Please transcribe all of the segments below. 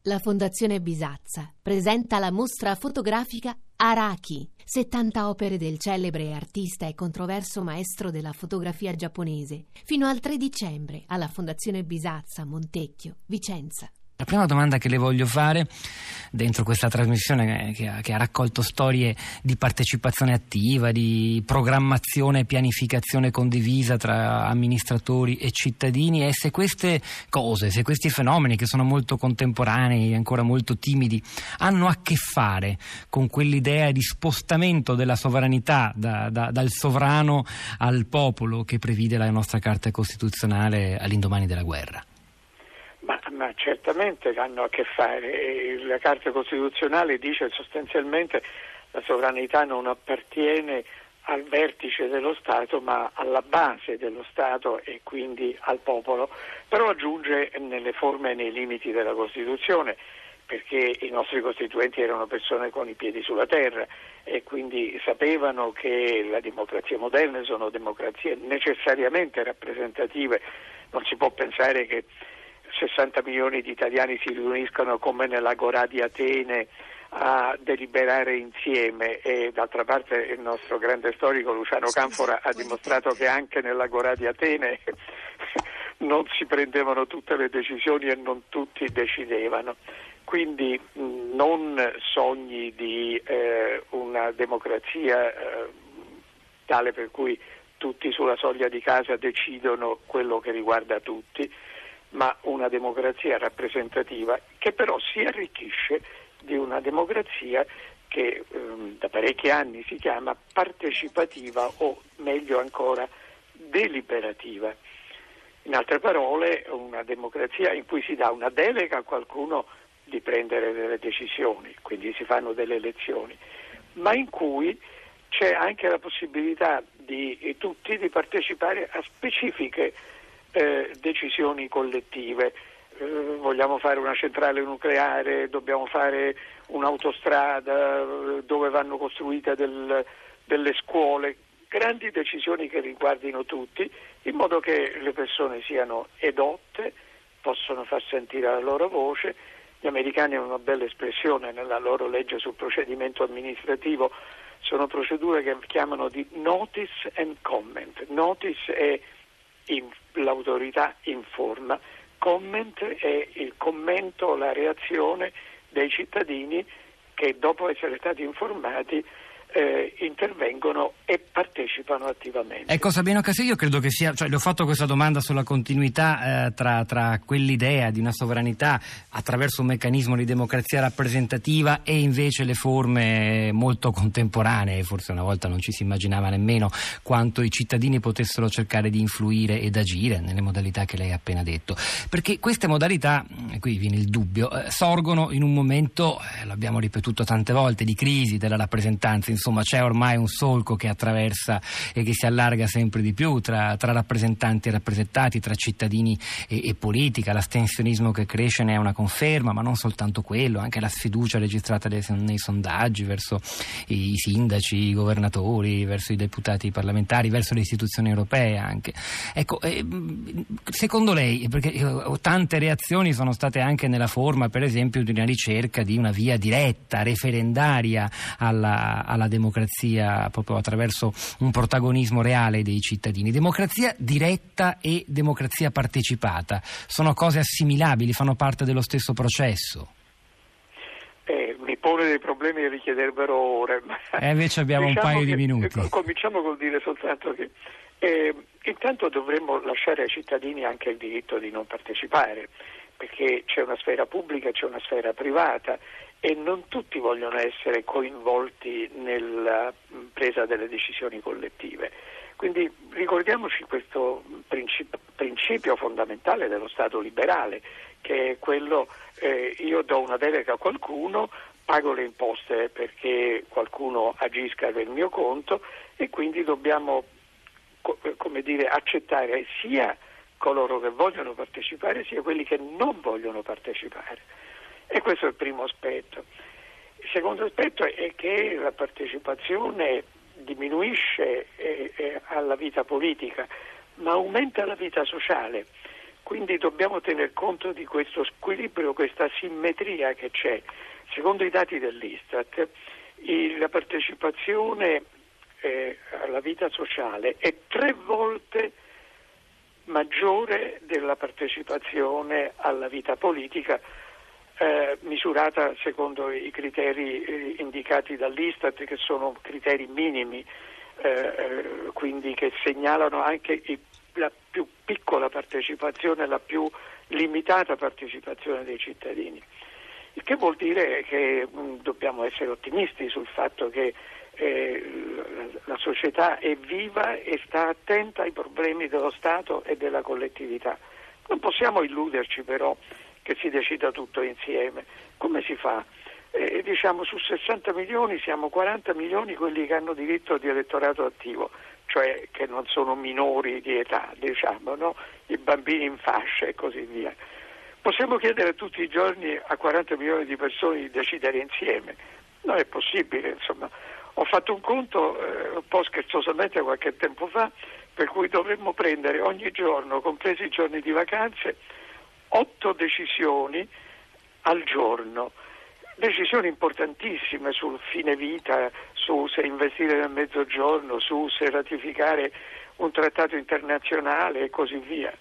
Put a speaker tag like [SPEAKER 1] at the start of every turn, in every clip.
[SPEAKER 1] La Fondazione Bisazza presenta la mostra fotografica Araki, 70 opere del celebre artista e controverso maestro della fotografia giapponese, fino al 3 dicembre alla Fondazione Bisazza, Montecchio, Vicenza.
[SPEAKER 2] La prima domanda che le voglio fare dentro questa trasmissione che ha raccolto storie di partecipazione attiva, di programmazione e pianificazione condivisa tra amministratori e cittadini è se queste cose, se questi fenomeni che sono molto contemporanei e ancora molto timidi hanno a che fare con quell'idea di spostamento della sovranità dal sovrano al popolo che prevede la nostra Carta Costituzionale all'indomani della guerra.
[SPEAKER 3] Ma certamente hanno a che fare. La Carta Costituzionale dice sostanzialmente la sovranità non appartiene al vertice dello Stato ma alla base dello Stato e quindi al popolo, però aggiunge nelle forme e nei limiti della Costituzione, perché i nostri costituenti erano persone con i piedi sulla terra e quindi sapevano che le democrazie moderne sono democrazie necessariamente rappresentative. Non si può pensare che 60 milioni di italiani si riuniscono come nell'Agorà di Atene a deliberare insieme, e d'altra parte il nostro grande storico Luciano Canfora ha dimostrato che anche nell'Agorà di Atene non si prendevano tutte le decisioni e non tutti decidevano. Quindi non sogni di una democrazia tale per cui tutti sulla soglia di casa decidono quello che riguarda tutti, ma una democrazia rappresentativa che però si arricchisce di una democrazia che da parecchi anni si chiama partecipativa o meglio ancora deliberativa. In altre parole, una democrazia in cui si dà una delega a qualcuno di prendere delle decisioni, quindi si fanno delle elezioni, ma in cui c'è anche la possibilità di tutti di partecipare a specifiche decisioni collettive. Vogliamo fare una centrale nucleare, dobbiamo fare un'autostrada, dove vanno costruite delle scuole, grandi decisioni che riguardino tutti, in modo che le persone siano edotte, possono far sentire la loro voce. Gli americani hanno una bella espressione nella loro legge sul procedimento amministrativo, sono procedure che chiamano di notice and comment. Notice è l'autorità informa, comment è il commento, la reazione dei cittadini che dopo essere stati informati intervengono e partecipano attivamente.
[SPEAKER 2] Ecco, Sabino Cassese, io credo che sia, le ho fatto questa domanda sulla continuità tra quell'idea di una sovranità attraverso un meccanismo di democrazia rappresentativa e invece le forme molto contemporanee. Forse una volta non ci si immaginava nemmeno quanto i cittadini potessero cercare di influire ed agire nelle modalità che lei ha appena detto, perché queste modalità, qui viene il dubbio, sorgono in un momento, l'abbiamo ripetuto tante volte, di crisi della rappresentanza. Insomma, c'è ormai un solco che attraversa e che si allarga sempre di più tra rappresentanti e rappresentati, tra cittadini e politica. L'astensionismo che cresce ne è una conferma, ma non soltanto quello, anche la sfiducia registrata nei sondaggi verso i sindaci, i governatori, verso i deputati parlamentari, verso le istituzioni europee anche. Ecco, secondo lei, perché tante reazioni sono state anche nella forma, per esempio, di una ricerca di una via diretta, referendaria alla democrazia, proprio attraverso un protagonismo reale dei cittadini. Democrazia diretta e democrazia partecipata sono cose assimilabili, fanno parte dello stesso processo?
[SPEAKER 3] Mi pone dei problemi che richiederebbero ore.
[SPEAKER 2] Invece abbiamo un paio di minuti.
[SPEAKER 3] Cominciamo col dire soltanto che intanto dovremmo lasciare ai cittadini anche il diritto di non partecipare, perché c'è una sfera pubblica e c'è una sfera privata e non tutti vogliono essere coinvolti nella presa delle decisioni collettive. Quindi ricordiamoci questo principio fondamentale dello Stato liberale, che è quello io do una delega a qualcuno, pago le imposte perché qualcuno agisca per il mio conto e quindi dobbiamo accettare sia coloro che vogliono partecipare sia quelli che non vogliono partecipare. E questo è il primo aspetto. Il secondo aspetto è che la partecipazione diminuisce alla vita politica, ma aumenta la vita sociale. quindi dobbiamo tener conto di questo squilibrio, questa simmetria che c'è. Secondo i dati dell'Istat, la partecipazione alla vita sociale è 3 volte maggiore della partecipazione alla vita politica, misurata secondo i criteri indicati dall'Istat, che sono criteri minimi, quindi che segnalano anche la più piccola partecipazione, la più limitata partecipazione dei cittadini. Il che vuol dire che dobbiamo essere ottimisti sul fatto che la società è viva e sta attenta ai problemi dello Stato e della collettività. Non possiamo illuderci però che si decida tutto insieme. Come si fa? Diciamo su 60 milioni siamo 40 milioni quelli che hanno diritto di elettorato attivo, cioè che non sono minori di età, diciamo, no? I bambini in fascia e così via. Possiamo chiedere tutti i giorni a 40 milioni di persone di decidere insieme? Non è possibile, insomma. Ho fatto un conto un po' scherzosamente qualche tempo fa, per cui dovremmo prendere ogni giorno, compresi i giorni di vacanze, 8 decisioni al giorno. Decisioni importantissime sul fine vita, su se investire nel mezzogiorno, su se ratificare un trattato internazionale e così via.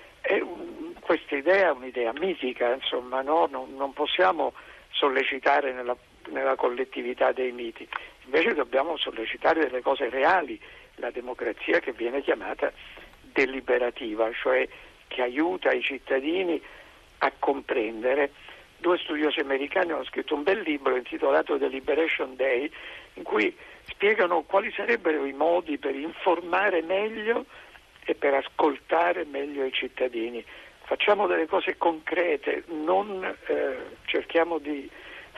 [SPEAKER 3] Questa idea è un'idea mitica, insomma, no? Non possiamo sollecitare nella collettività dei miti, invece dobbiamo sollecitare delle cose reali, la democrazia che viene chiamata deliberativa, cioè che aiuta i cittadini a comprendere. 2 studiosi americani hanno scritto un bel libro intitolato Deliberation Day, in cui spiegano quali sarebbero i modi per informare meglio e per ascoltare meglio i cittadini. Facciamo delle cose concrete, non cerchiamo di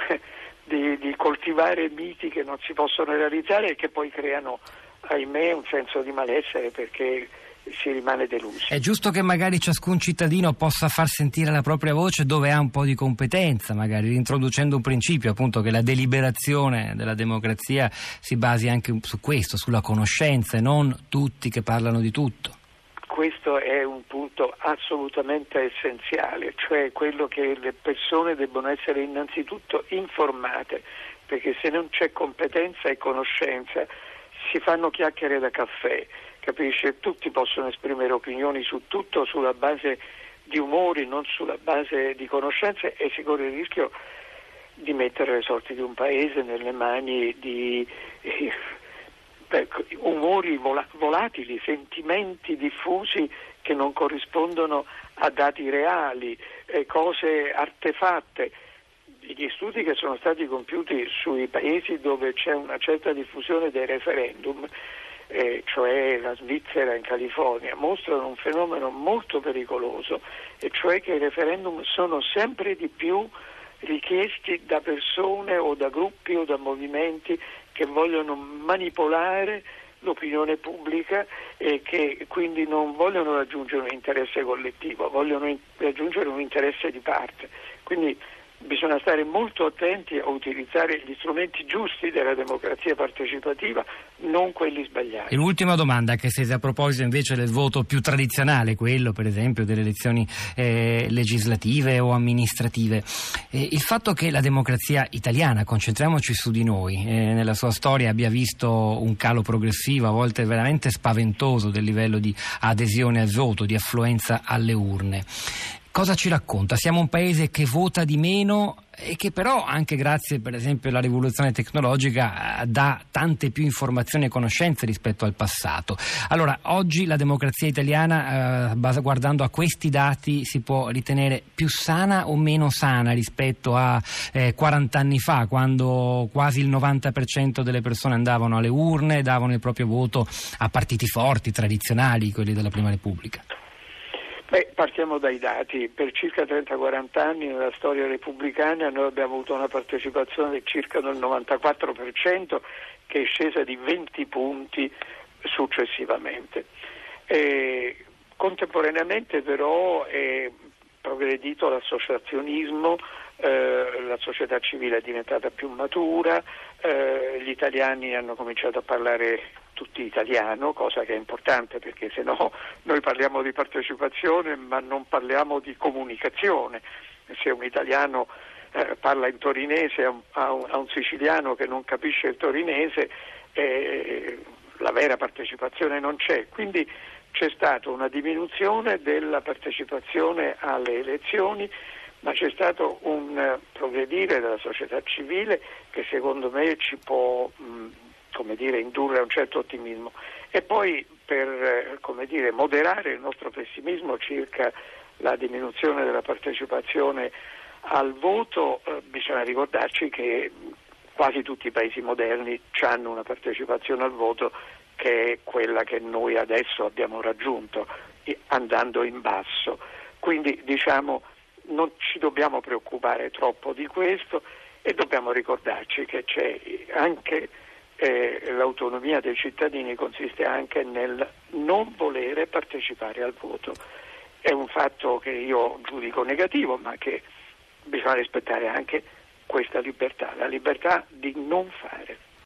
[SPEAKER 3] coltivare miti che non si possono realizzare e che poi creano, ahimè, un senso di malessere perché si rimane delusi.
[SPEAKER 2] È giusto che magari ciascun cittadino possa far sentire la propria voce dove ha un po' di competenza, magari introducendo un principio, appunto, che la deliberazione della democrazia si basi anche su questo, sulla conoscenza e non tutti che parlano di tutto.
[SPEAKER 3] Questo è un punto assolutamente essenziale, cioè quello che le persone debbono essere innanzitutto informate, perché se non c'è competenza e conoscenza si fanno chiacchiere da caffè, capisce? Tutti possono esprimere opinioni su tutto sulla base di umori, non sulla base di conoscenze, e si corre il rischio di mettere le sorti di un paese nelle mani di umori volatili, sentimenti diffusi che non corrispondono a dati reali, cose artefatte. Gli studi che sono stati compiuti sui paesi dove c'è una certa diffusione dei referendum, cioè la Svizzera in California, mostrano un fenomeno molto pericoloso, e cioè che i referendum sono sempre di più richiesti da persone o da gruppi o da movimenti che vogliono manipolare l'opinione pubblica e che quindi non vogliono raggiungere un interesse collettivo, vogliono raggiungere un interesse di parte. Quindi bisogna stare molto attenti a utilizzare gli strumenti giusti della democrazia partecipativa, non quelli sbagliati.
[SPEAKER 2] E l'ultima domanda, che se a proposito invece del voto più tradizionale, quello per esempio delle elezioni legislative o amministrative, il fatto che la democrazia italiana, concentriamoci su di noi, nella sua storia abbia visto un calo progressivo, a volte veramente spaventoso, del livello di adesione al voto, di affluenza alle urne. Cosa ci racconta? Siamo un paese che vota di meno e che però, anche grazie per esempio alla rivoluzione tecnologica, dà tante più informazioni e conoscenze rispetto al passato. Allora, oggi la democrazia italiana, guardando a questi dati, si può ritenere più sana o meno sana rispetto a 40 anni fa, quando quasi il 90% delle persone andavano alle urne, davano il proprio voto a partiti forti, tradizionali, quelli della Prima Repubblica?
[SPEAKER 3] Partiamo dai dati. Per circa 30-40 anni nella storia repubblicana noi abbiamo avuto una partecipazione circa del 94%, che è scesa di 20 punti successivamente. Contemporaneamente però è progredito l'associazionismo, la società civile è diventata più matura, gli italiani hanno cominciato a parlare tutti italiano, cosa che è importante perché se no noi parliamo di partecipazione ma non parliamo di comunicazione. Se un italiano parla in torinese a un siciliano che non capisce il torinese, la vera partecipazione non c'è. Quindi c'è stata una diminuzione della partecipazione alle elezioni, ma c'è stato un progredire della società civile che secondo me ci può indurre a un certo ottimismo. E poi per moderare il nostro pessimismo circa la diminuzione della partecipazione al voto, bisogna ricordarci che quasi tutti i paesi moderni hanno una partecipazione al voto che è quella che noi adesso abbiamo raggiunto, andando in basso. Quindi non ci dobbiamo preoccupare troppo di questo e dobbiamo ricordarci che c'è anche l'autonomia dei cittadini, consiste anche nel non volere partecipare al voto. È un fatto che io giudico negativo, ma che bisogna rispettare anche questa libertà, la libertà di non fare